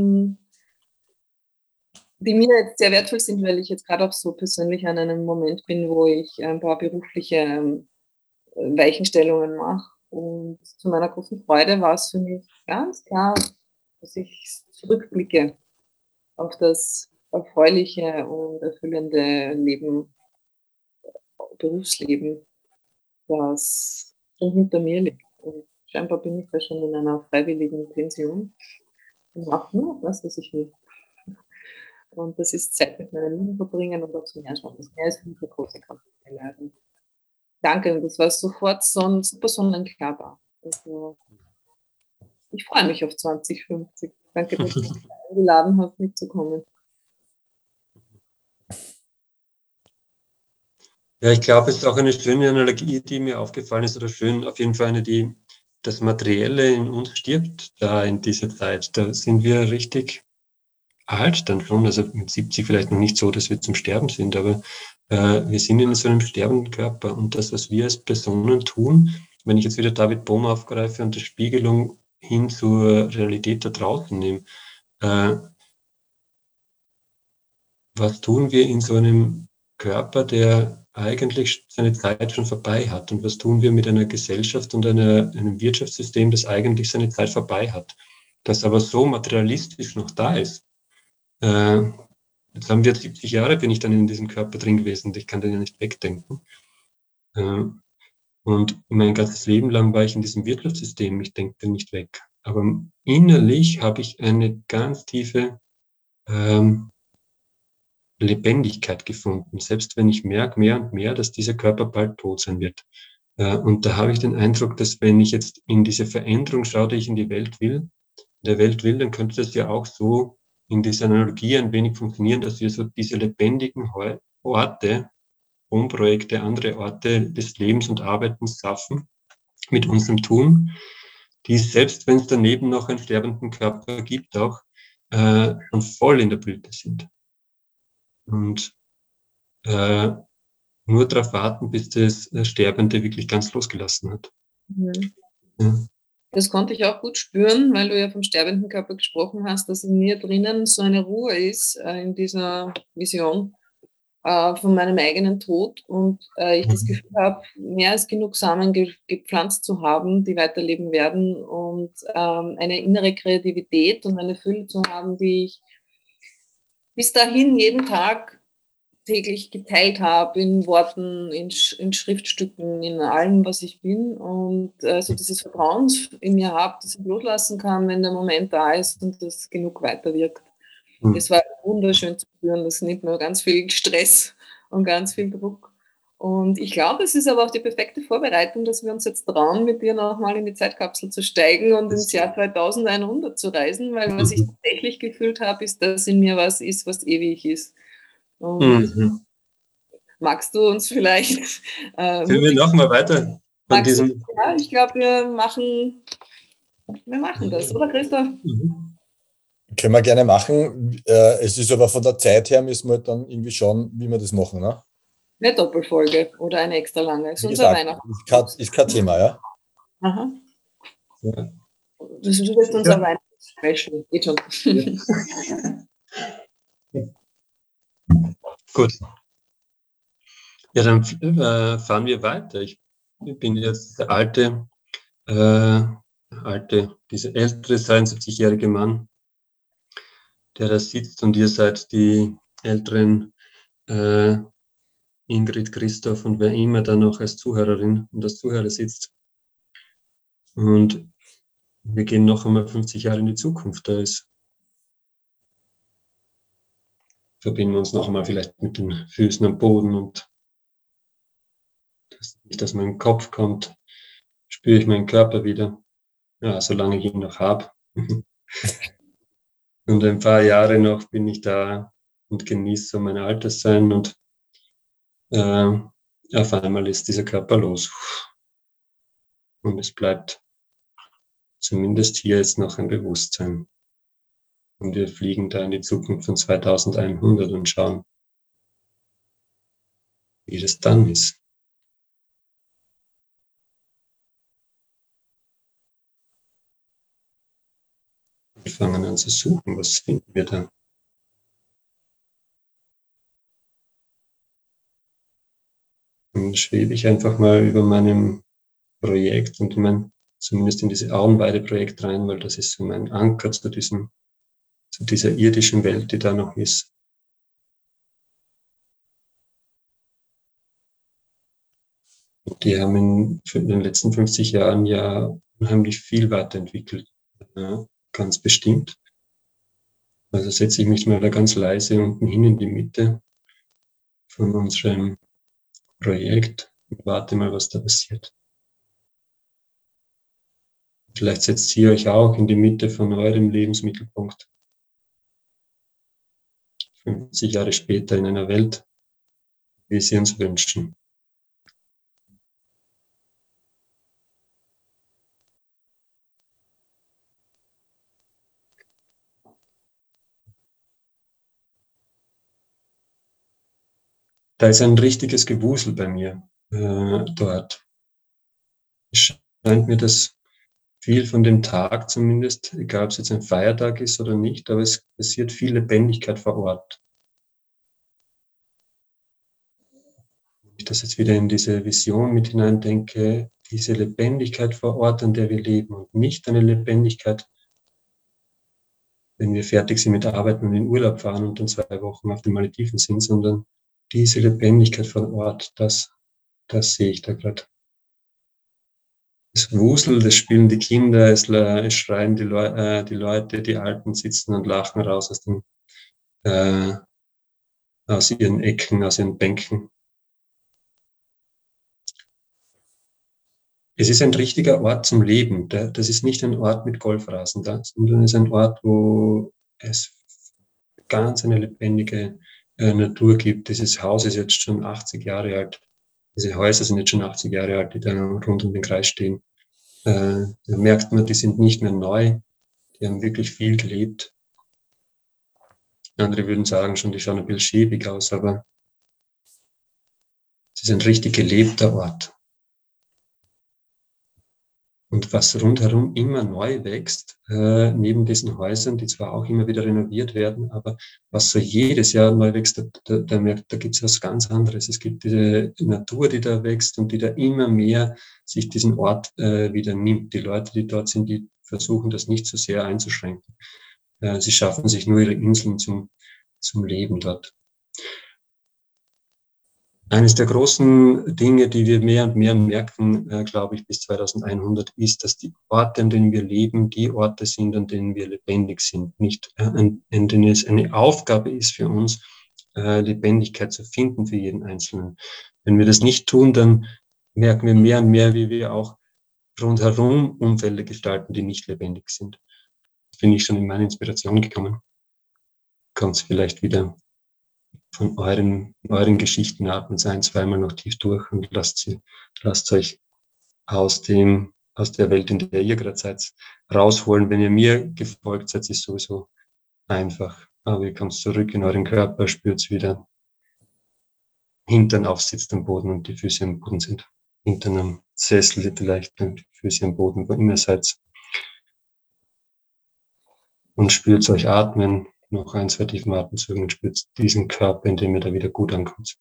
die mir jetzt sehr wertvoll sind, weil ich jetzt gerade auch so persönlich an einem Moment bin, wo ich ein paar berufliche Weichenstellungen mache. Und zu meiner großen Freude war es für mich ganz klar, dass ich zurückblicke auf das erfreuliche und erfüllende Leben, Berufsleben, das schon hinter mir liegt. Und scheinbar bin ich da schon in einer freiwilligen Pension und mache nur das, was ich will. Und das ist Zeit mit meinen Lieben verbringen und aufs Meer schauen. Das Meer ist für mich eine große Kraft. Danke, und das war sofort so ein super sonnenklar. Also, ich freue mich auf 2050. Danke, dass du mich eingeladen hast, mitzukommen. Ja, ich glaube, es ist auch eine schöne Analogie, die mir aufgefallen ist, oder schön, auf jeden Fall eine, die das Materielle in uns stirbt da in dieser Zeit. Da sind wir richtig alt dann schon, also mit 70 vielleicht noch nicht so, dass wir zum Sterben sind, aber wir sind in so einem sterbenden Körper und das, was wir als Personen tun, wenn ich jetzt wieder David Bohm aufgreife und die Spiegelung hin zur Realität da draußen nehme, äh, was tun wir in so einem Körper, der eigentlich seine Zeit schon vorbei hat? Und was tun wir mit einer Gesellschaft und einem Wirtschaftssystem, das eigentlich seine Zeit vorbei hat, das aber so materialistisch noch da ist? Äh, Jetzt haben wir 70 Jahre, bin ich dann in diesem Körper drin gewesen und ich kann den ja nicht wegdenken. Äh, und mein ganzes Leben lang war ich in diesem Wirtschaftssystem, ich denke den nicht weg. Aber innerlich habe ich eine ganz tiefe ähm, Lebendigkeit gefunden, selbst wenn ich merke mehr und mehr, dass dieser Körper bald tot sein wird. Und da habe ich den Eindruck, dass wenn ich jetzt in diese Veränderung schaue, die ich in die Welt will, der Welt will, dann könnte das ja auch so in dieser Analogie ein wenig funktionieren, dass wir so diese lebendigen Orte, Wohnprojekte, andere Orte des Lebens und Arbeitens schaffen mit unserem Tun, die selbst wenn es daneben noch einen sterbenden Körper gibt, auch schon voll in der Blüte sind. Und äh, nur darauf warten, bis das Sterbende wirklich ganz losgelassen hat. Mhm. Ja. Das konnte ich auch gut spüren, weil du ja vom sterbenden Körper gesprochen hast, dass in mir drinnen so eine Ruhe ist in dieser Vision von meinem eigenen Tod und ich das Gefühl habe, mehr als genug Samen gepflanzt zu haben, die weiterleben werden und eine innere Kreativität und eine Fülle zu haben, die ich bis dahin jeden Tag täglich geteilt habe in Worten, in Schriftstücken, in allem, was ich bin und so dieses Vertrauen in mir habe, dass ich loslassen kann, wenn der Moment da ist und das genug weiterwirkt. Es war wunderschön zu spüren, das nimmt mir ganz viel Stress und ganz viel Druck. Und ich glaube, es ist aber auch die perfekte Vorbereitung, dass wir uns jetzt trauen, mit dir nochmal in die Zeitkapsel zu steigen und ins Jahr 2100 zu reisen, weil was ich tatsächlich gefühlt habe, ist, dass in mir was ist, was ewig ist. Und magst du uns vielleicht... Können wir nochmal weiter von diesem... Ja, ich glaube, wir machen das, oder Christoph? Können wir gerne machen. Es ist aber von der Zeit her, müssen wir halt dann irgendwie schauen, wie wir das machen. Ne? Eine Doppelfolge oder eine extra lange. Wie gesagt, ist kein Thema, ja? Aha. Ja. Das ist jetzt unser Weihnachtsspecial. Geht schon. Gut. Ja, dann fahren wir weiter. Ich bin jetzt der dieser ältere 73-jährige Mann, der da sitzt, und ihr seid die älteren Ingrid, Christoph und wer immer da noch als Zuhörerin und als Zuhörer sitzt. Und wir gehen noch einmal 50 Jahre in die Zukunft. Verbinden wir uns noch einmal vielleicht mit den Füßen am Boden, und nicht, dass mein Kopf kommt, spüre ich meinen Körper wieder. Ja, solange ich ihn noch habe. Und ein paar Jahre noch bin ich da und genieße so mein Alterssein, und auf einmal ist dieser Körper los. Und es bleibt zumindest hier jetzt noch ein Bewusstsein. Und wir fliegen da in die Zukunft von 2100 und schauen, wie das dann ist. Wir fangen an zu suchen, was finden wir da? Dann schwebe ich einfach mal über meinem Projekt und zumindest in diese Auenweide-Projekt rein, weil das ist so mein Anker zu dieser irdischen Welt, die da noch ist. Und die haben in den letzten 50 Jahren ja unheimlich viel weiterentwickelt, ja, ganz bestimmt. Also setze ich mich mal da ganz leise unten hin in die Mitte von unserem Projekt und warte mal, was da passiert. Vielleicht setzt ihr euch auch in die Mitte von eurem Lebensmittelpunkt. 50 Jahre später in einer Welt, wie sie uns wünschen. Da ist ein richtiges Gewusel bei mir dort. Es scheint mir, dass viel von dem Tag zumindest, egal ob es jetzt ein Feiertag ist oder nicht, aber es passiert viel Lebendigkeit vor Ort. Wenn ich das jetzt wieder in diese Vision mit hineindenke, diese Lebendigkeit vor Ort, an der wir leben, und nicht eine Lebendigkeit, wenn wir fertig sind mit der Arbeit und in Urlaub fahren und dann 2 Wochen auf den Malediven sind, sondern diese Lebendigkeit vor Ort, das sehe ich da gerade. Es wuselt, es spielen die Kinder, es schreien die Leute, die Alten sitzen und lachen raus aus ihren Ecken, aus ihren Bänken. Es ist ein richtiger Ort zum Leben. Das ist nicht ein Ort mit Golfrasen da, sondern es ist ein Ort, wo es ganz eine lebendige Natur gibt. Dieses Haus ist jetzt schon 80 Jahre alt. Diese Häuser sind jetzt schon 80 Jahre alt, die da rund um den Kreis stehen. Da merkt man, die sind nicht mehr neu. Die haben wirklich viel gelebt. Andere würden sagen schon, die schauen ein bisschen schäbig aus, aber es ist ein richtig gelebter Ort. Und was rundherum immer neu wächst, neben diesen Häusern, die zwar auch immer wieder renoviert werden, aber was so jedes Jahr neu wächst, da merkt, da gibt es was ganz anderes. Es gibt diese Natur, die da wächst und die da immer mehr sich diesen Ort wieder nimmt. Die Leute, die dort sind, die versuchen das nicht so sehr einzuschränken. Sie schaffen sich nur ihre Inseln zum Leben dort. Eines der großen Dinge, die wir mehr und mehr merken, glaube ich, bis 2100, ist, dass die Orte, an denen wir leben, die Orte sind, an denen wir lebendig sind. Nicht, an denen es eine Aufgabe ist für uns, Lebendigkeit zu finden für jeden Einzelnen. Wenn wir das nicht tun, dann merken wir mehr und mehr, wie wir auch rundherum Umfelder gestalten, die nicht lebendig sind. Das bin ich schon in meine Inspiration gekommen. Kommt es vielleicht wieder von euren Geschichten atmet ein, zweimal noch tief durch und lasst euch aus der Welt, in der ihr gerade seid, rausholen. Wenn ihr mir gefolgt seid, ist sowieso einfach. Aber ihr kommt zurück in euren Körper, spürt wieder Hintern aufsitzt am Boden und die Füße am Boden sind. Hinter einem Sessel vielleicht, die Füße am Boden, wo immer ihr seid. Und spürt euch atmen, noch ein, zwei tiefen Atemzüge und spürt diesen Körper, in dem ihr da wieder gut ankommt.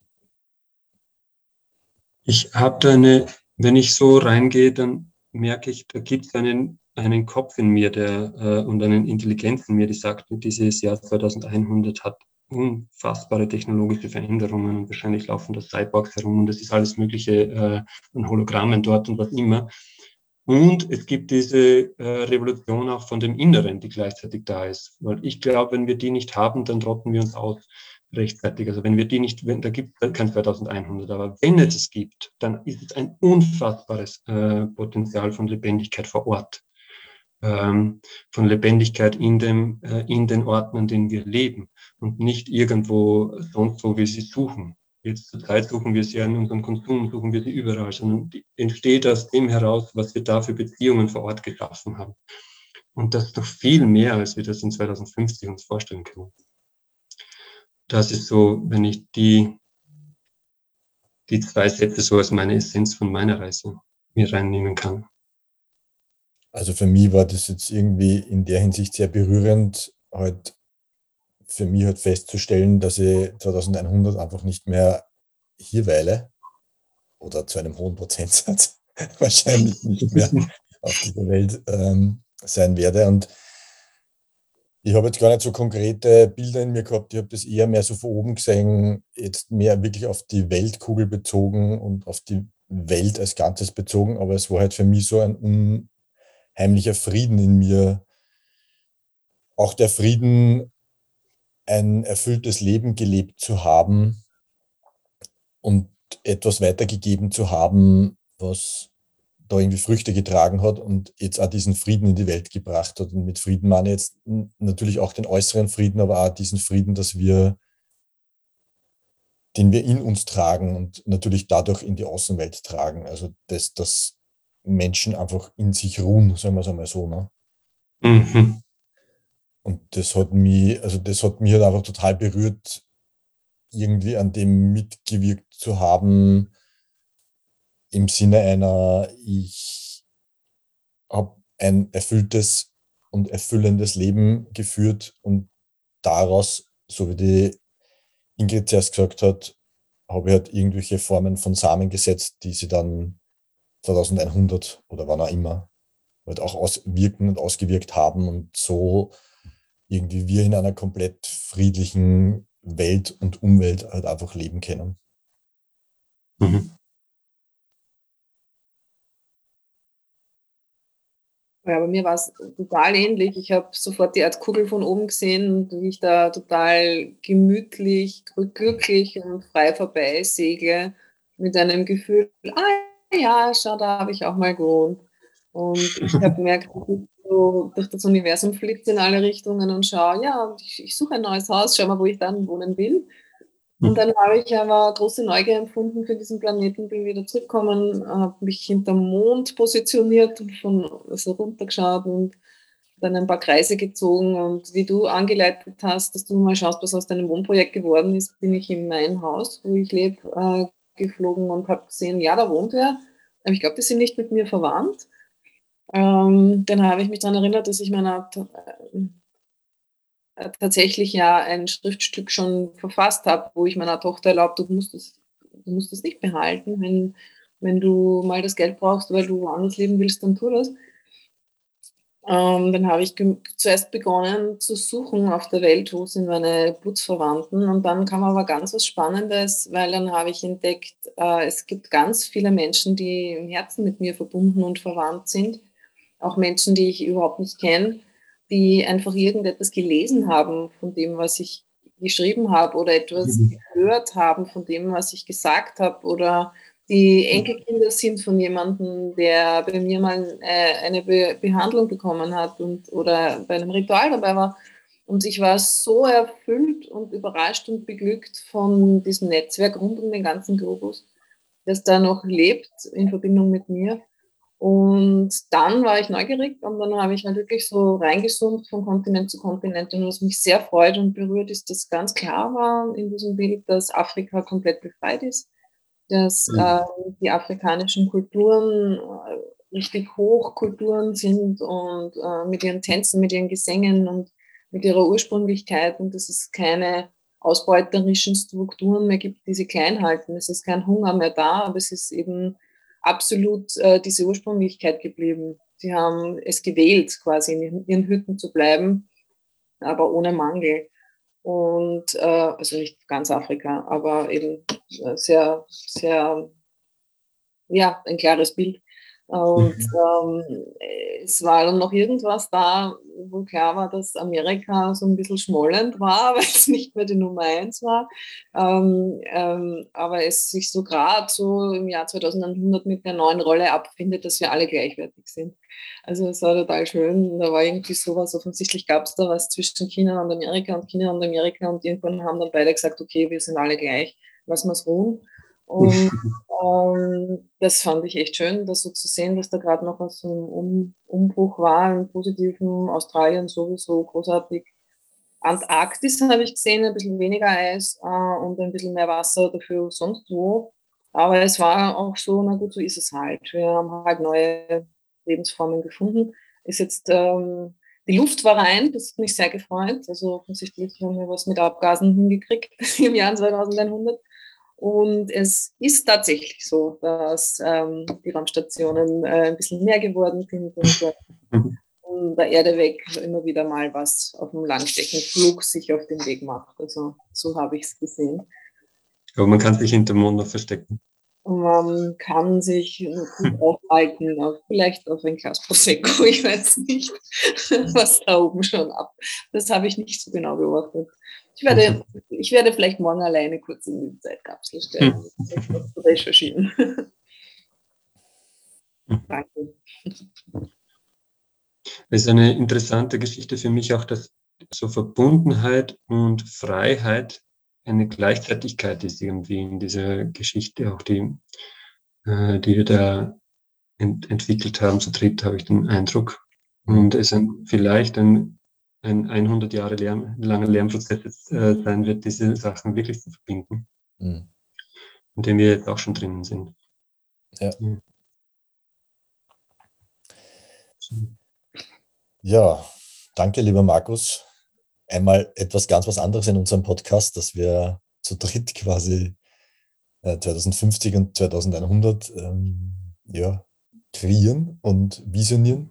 Ich habe wenn ich so reingehe, dann merke ich, da gibt es einen Kopf in mir und einen Intelligenz in mir, die sagt, dieses Jahr 2100 hat unfassbare technologische Veränderungen und wahrscheinlich laufen da Cyborgs herum und es ist alles Mögliche an Hologrammen dort und was immer. Und es gibt diese Revolution auch von dem Inneren, die gleichzeitig da ist. Weil ich glaube, wenn wir die nicht haben, dann rotten wir uns aus rechtzeitig. Also wenn wir die nicht, da gibt es kein 2100, aber wenn es es gibt, dann ist es ein unfassbares Potenzial von Lebendigkeit vor Ort. Von Lebendigkeit in den Orten, an denen wir leben und nicht irgendwo sonst, wo wir sie suchen. Jetzt zur Zeit suchen wir sie in unserem Konsum, suchen wir sie überall, sondern die entsteht aus dem heraus, was wir da für Beziehungen vor Ort geschaffen haben. Und das ist doch viel mehr, als wir das in 2050 uns vorstellen können. Das ist so, wenn ich die zwei Sätze so als meine Essenz von meiner Reise mir reinnehmen kann. Also für mich war das jetzt irgendwie in der Hinsicht sehr berührend, halt für mich halt festzustellen, dass ich 2100 einfach nicht mehr hier weile oder zu einem hohen Prozentsatz wahrscheinlich nicht mehr auf dieser Welt sein werde. Und ich habe jetzt gar nicht so konkrete Bilder in mir gehabt, ich habe das eher mehr so von oben gesehen, jetzt mehr wirklich auf die Weltkugel bezogen und auf die Welt als Ganzes bezogen, aber es war halt für mich so ein unheimlicher Frieden in mir. Auch der Frieden, ein erfülltes Leben gelebt zu haben und etwas weitergegeben zu haben, was da irgendwie Früchte getragen hat und jetzt auch diesen Frieden in die Welt gebracht hat. Und mit Frieden meine ich jetzt natürlich auch den äußeren Frieden, aber auch diesen Frieden, den wir in uns tragen und natürlich dadurch in die Außenwelt tragen. Also dass Menschen einfach in sich ruhen, sagen wir es einmal so. Ne? Mhm. Und das hat mich halt einfach total berührt, irgendwie an dem mitgewirkt zu haben, im Sinne ich habe ein erfülltes und erfüllendes Leben geführt und daraus, so wie die Ingrid zuerst gesagt hat, habe ich halt irgendwelche Formen von Samen gesetzt, die sie dann 2100 oder wann auch immer halt auch auswirken und ausgewirkt haben und so irgendwie wir in einer komplett friedlichen Welt und Umwelt halt einfach leben können. Mhm. Ja, bei mir war es total ähnlich. Ich habe sofort die Erdkugel von oben gesehen und wie ich da total gemütlich, glücklich und frei vorbei segle mit einem Gefühl, ja, schau, da habe ich auch mal gewohnt. Und ich habe gemerkt, so durch das Universum fliegt in alle Richtungen und schaue, ja, ich suche ein neues Haus, schau mal, wo ich dann wohnen will. Und dann habe ich aber große Neugier empfunden für diesen Planeten, bin wieder zurückgekommen, habe mich hinterm Mond positioniert und von so runtergeschaut und dann ein paar Kreise gezogen. Und wie du angeleitet hast, dass du mal schaust, was aus deinem Wohnprojekt geworden ist, bin ich in mein Haus, wo ich lebe, geflogen und habe gesehen, ja, da wohnt wer. Aber ich glaube, die sind nicht mit mir verwandt. Dann habe ich mich daran erinnert, dass ich meiner tatsächlich ja ein Schriftstück schon verfasst habe, wo ich meiner Tochter erlaubt, du musst es nicht behalten. Wenn du mal das Geld brauchst, weil du woanders leben willst, dann tu das. Dann habe ich zuerst begonnen zu suchen auf der Welt, wo sind meine Blutsverwandten. Und dann kam aber ganz was Spannendes, weil dann habe ich entdeckt, es gibt ganz viele Menschen, die im Herzen mit mir verbunden und verwandt sind. Auch Menschen, die ich überhaupt nicht kenne, die einfach irgendetwas gelesen haben von dem, was ich geschrieben habe oder etwas gehört haben von dem, was ich gesagt habe oder die Enkelkinder sind von jemandem, der bei mir mal eine Behandlung bekommen hat oder bei einem Ritual dabei war. Und ich war so erfüllt und überrascht und beglückt von diesem Netzwerk rund um den ganzen Globus, das da noch lebt in Verbindung mit mir. Und dann war ich neugierig und dann habe ich halt wirklich so reingezoomt von Kontinent zu Kontinent. Und was mich sehr freut und berührt ist, dass ganz klar war in diesem Bild, dass Afrika komplett befreit ist, dass die afrikanischen Kulturen richtig Hochkulturen sind und mit ihren Tänzen, mit ihren Gesängen und mit ihrer Ursprünglichkeit und dass es keine ausbeuterischen Strukturen mehr gibt, die sie klein halten. Es ist kein Hunger mehr da, aber es ist eben absolut diese Ursprünglichkeit geblieben. Sie haben es gewählt, quasi in ihren Hütten zu bleiben, aber ohne Mangel. Und also nicht ganz Afrika, aber eben sehr, sehr, ja, ein klares Bild. Und es war dann noch irgendwas da, wo klar war, dass Amerika so ein bisschen schmollend war, weil es nicht mehr die Nummer 1 war. Aber es sich so gerade so im Jahr 2100 mit der neuen Rolle abfindet, dass wir alle gleichwertig sind. Also es war total schön. Da war irgendwie sowas, offensichtlich gab es da was zwischen China und Amerika und China und Amerika und irgendwann haben dann beide gesagt, okay, wir sind alle gleich, lassen wir es ruhen. Und das fand ich echt schön, das so zu sehen, dass da gerade noch was so ein Umbruch war, im Positiven. Australien sowieso großartig. Antarktis habe ich gesehen, ein bisschen weniger Eis und ein bisschen mehr Wasser dafür sonst wo. Aber es war auch so, na gut, so ist es halt. Wir haben halt neue Lebensformen gefunden. Ist jetzt, die Luft war rein, das hat mich sehr gefreut. Also offensichtlich haben wir was mit Abgasen hingekriegt im Jahr 2100. Und es ist tatsächlich so, dass die Raumstationen ein bisschen mehr geworden sind und von der Erde weg immer wieder mal was auf dem Langstreckenflug sich auf den Weg macht. Also so habe ich es gesehen. Aber man kann sich hinterm Mond noch verstecken. Und man kann sich gut aufhalten, vielleicht auf ein Glas Prosecco, ich weiß nicht, was da oben schon ab. Das habe ich nicht so genau beobachtet. Ich werde vielleicht morgen alleine kurz in die Zeitkapsel stellen, um das zu recherchieren. Danke. Es ist eine interessante Geschichte für mich auch, dass so Verbundenheit und Freiheit eine Gleichzeitigkeit ist irgendwie in dieser Geschichte, auch die wir da entwickelt haben, zu dritt, habe ich den Eindruck. Und es vielleicht ein 100 Jahre langer Lernprozess sein wird, diese Sachen wirklich zu verbinden, in dem wir jetzt auch schon drinnen sind. Ja. Ja, danke, lieber Markus. Einmal etwas ganz was anderes in unserem Podcast, dass wir zu dritt quasi 2050 und 2100 kreieren und visionieren.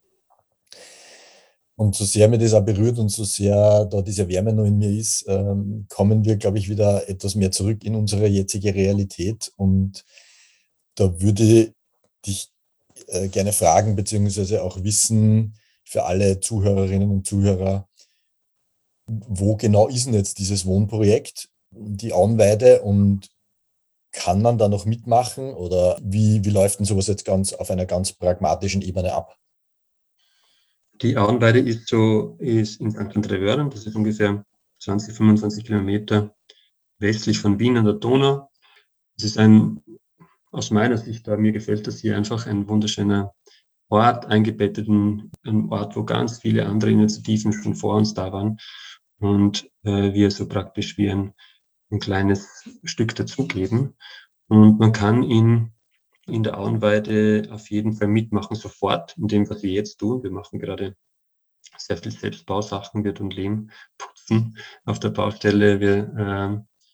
Und so sehr mir das auch berührt und so sehr da diese Wärme noch in mir ist, kommen wir, glaube ich, wieder etwas mehr zurück in unsere jetzige Realität. Und da würde ich dich gerne fragen, beziehungsweise auch wissen, für alle Zuhörerinnen und Zuhörer, wo genau ist denn jetzt dieses Wohnprojekt, die Auenweide, und kann man da noch mitmachen oder wie läuft denn sowas jetzt ganz auf einer ganz pragmatischen Ebene ab? Die Auenweide ist in St. André-Wöhren, das ist ungefähr 20, 25 Kilometer westlich von Wien an der Donau. Es ist aus meiner Sicht, mir gefällt das hier einfach ein wunderschöner Ort, eingebettet in einem Ort, wo ganz viele andere Initiativen schon vor uns da waren und wir so praktisch wie ein kleines Stück dazugeben. Und man kann in der Auenweide auf jeden Fall mitmachen, sofort, in dem, was wir jetzt tun. Wir machen gerade sehr viel Selbstbausachen, Wirt und Lehm putzen auf der Baustelle. Wir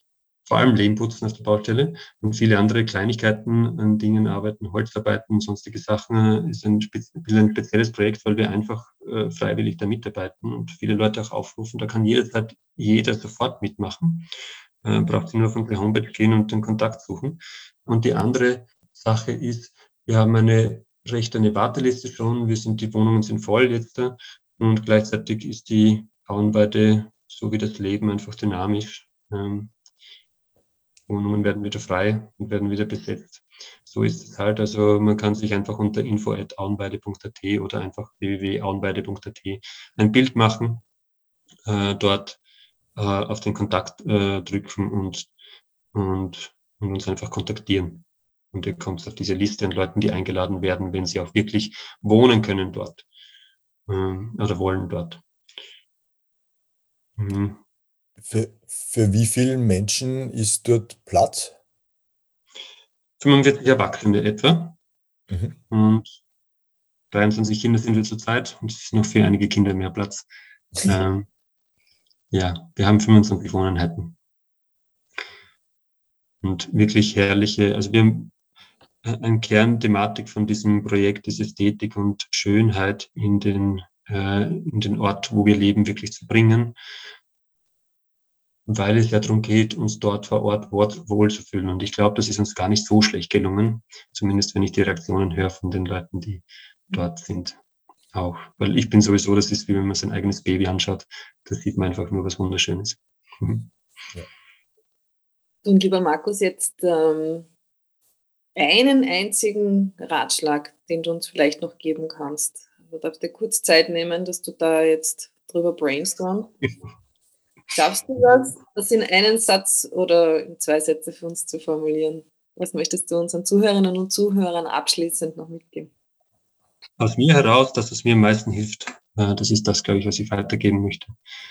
vor allem Lehmputzen auf der Baustelle und viele andere Kleinigkeiten an Dingen arbeiten, Holzarbeiten, sonstige Sachen. Ist ein spezielles Projekt, weil wir einfach freiwillig da mitarbeiten und viele Leute auch aufrufen. Da kann jederzeit jeder sofort mitmachen. Braucht sich nur auf unsere Homepage gehen und den Kontakt suchen. Und die andere Sache ist, wir haben eine Warteliste schon. Die Wohnungen sind voll jetzt da. Und gleichzeitig ist die Auenweide, so wie das Leben, einfach dynamisch. Wohnungen werden wieder frei und werden wieder besetzt. So ist es halt. Also man kann sich einfach unter info@auenweide.at oder einfach www.auenweide.at ein Bild machen, dort auf den Kontakt drücken und uns einfach kontaktieren. Und ihr kommt auf diese Liste an Leuten, die eingeladen werden, wenn sie auch wirklich wohnen können dort oder wollen dort. Mhm. Für wie viele Menschen ist dort Platz? 45 Erwachsene etwa. Mhm. Und 23 Kinder sind wir zurzeit und es ist noch für einige Kinder mehr Platz. Ja, wir haben 25 Wohneinheiten. Und wirklich herrliche, also wir haben eine Kernthematik von diesem Projekt ist Ästhetik und Schönheit in den Ort, wo wir leben, wirklich zu bringen. Weil es ja darum geht, uns dort vor Ort wohlzufühlen. Und ich glaube, das ist uns gar nicht so schlecht gelungen. Zumindest wenn ich die Reaktionen höre von den Leuten, die dort sind. Auch. Weil ich bin sowieso, das ist wie wenn man sein eigenes Baby anschaut. Da sieht man einfach nur was Wunderschönes. Mhm. Ja. Und lieber Markus, jetzt einen einzigen Ratschlag, den du uns vielleicht noch geben kannst. Du darfst dir kurz Zeit nehmen, dass du da jetzt drüber brainstormst. Schaffst du das in einen Satz oder in 2 Sätze für uns zu formulieren? Was möchtest du unseren Zuhörerinnen und Zuhörern abschließend noch mitgeben? Aus mir heraus, dass es mir am meisten hilft, das ist das, glaube ich, was ich weitergeben möchte.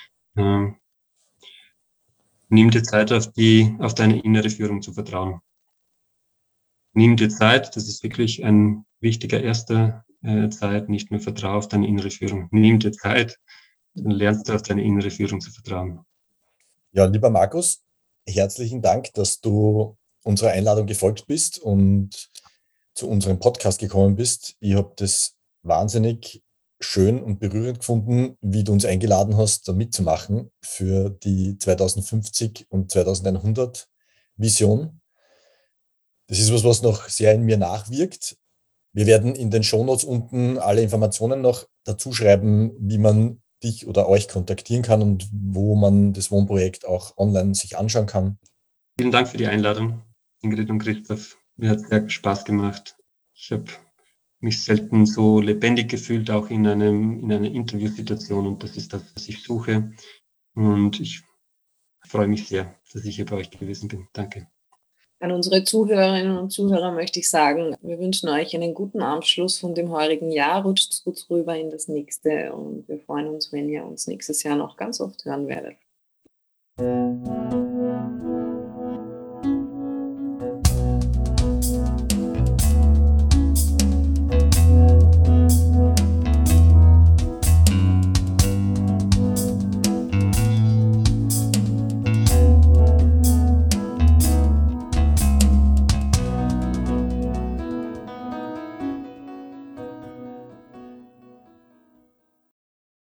Nimm dir Zeit, auf deine innere Führung zu vertrauen. Nimm dir Zeit, das ist wirklich ein wichtiger erster Zeit, nicht nur vertraue auf deine innere Führung. Nimm dir Zeit, dann lernst du auf deine innere Führung zu vertrauen. Ja, lieber Markus, herzlichen Dank, dass du unserer Einladung gefolgt bist und zu unserem Podcast gekommen bist. Ich habe das wahnsinnig schön und berührend gefunden, wie du uns eingeladen hast, da mitzumachen für die 2050 und 2100 Vision. Das ist was noch sehr in mir nachwirkt. Wir werden in den Shownotes unten alle Informationen noch dazu schreiben, wie man dich oder euch kontaktieren kann und wo man das Wohnprojekt auch online sich anschauen kann. Vielen Dank für die Einladung, Ingrid und Christoph. Mir hat es sehr Spaß gemacht. Ich habe mich selten so lebendig gefühlt, auch in einer Interviewsituation, und das ist das, was ich suche. Und ich freue mich sehr, dass ich hier bei euch gewesen bin. Danke. An unsere Zuhörerinnen und Zuhörer möchte ich sagen, wir wünschen euch einen guten Abschluss von dem heurigen Jahr. Rutscht gut rüber in das nächste und wir freuen uns, wenn ihr uns nächstes Jahr noch ganz oft hören werdet.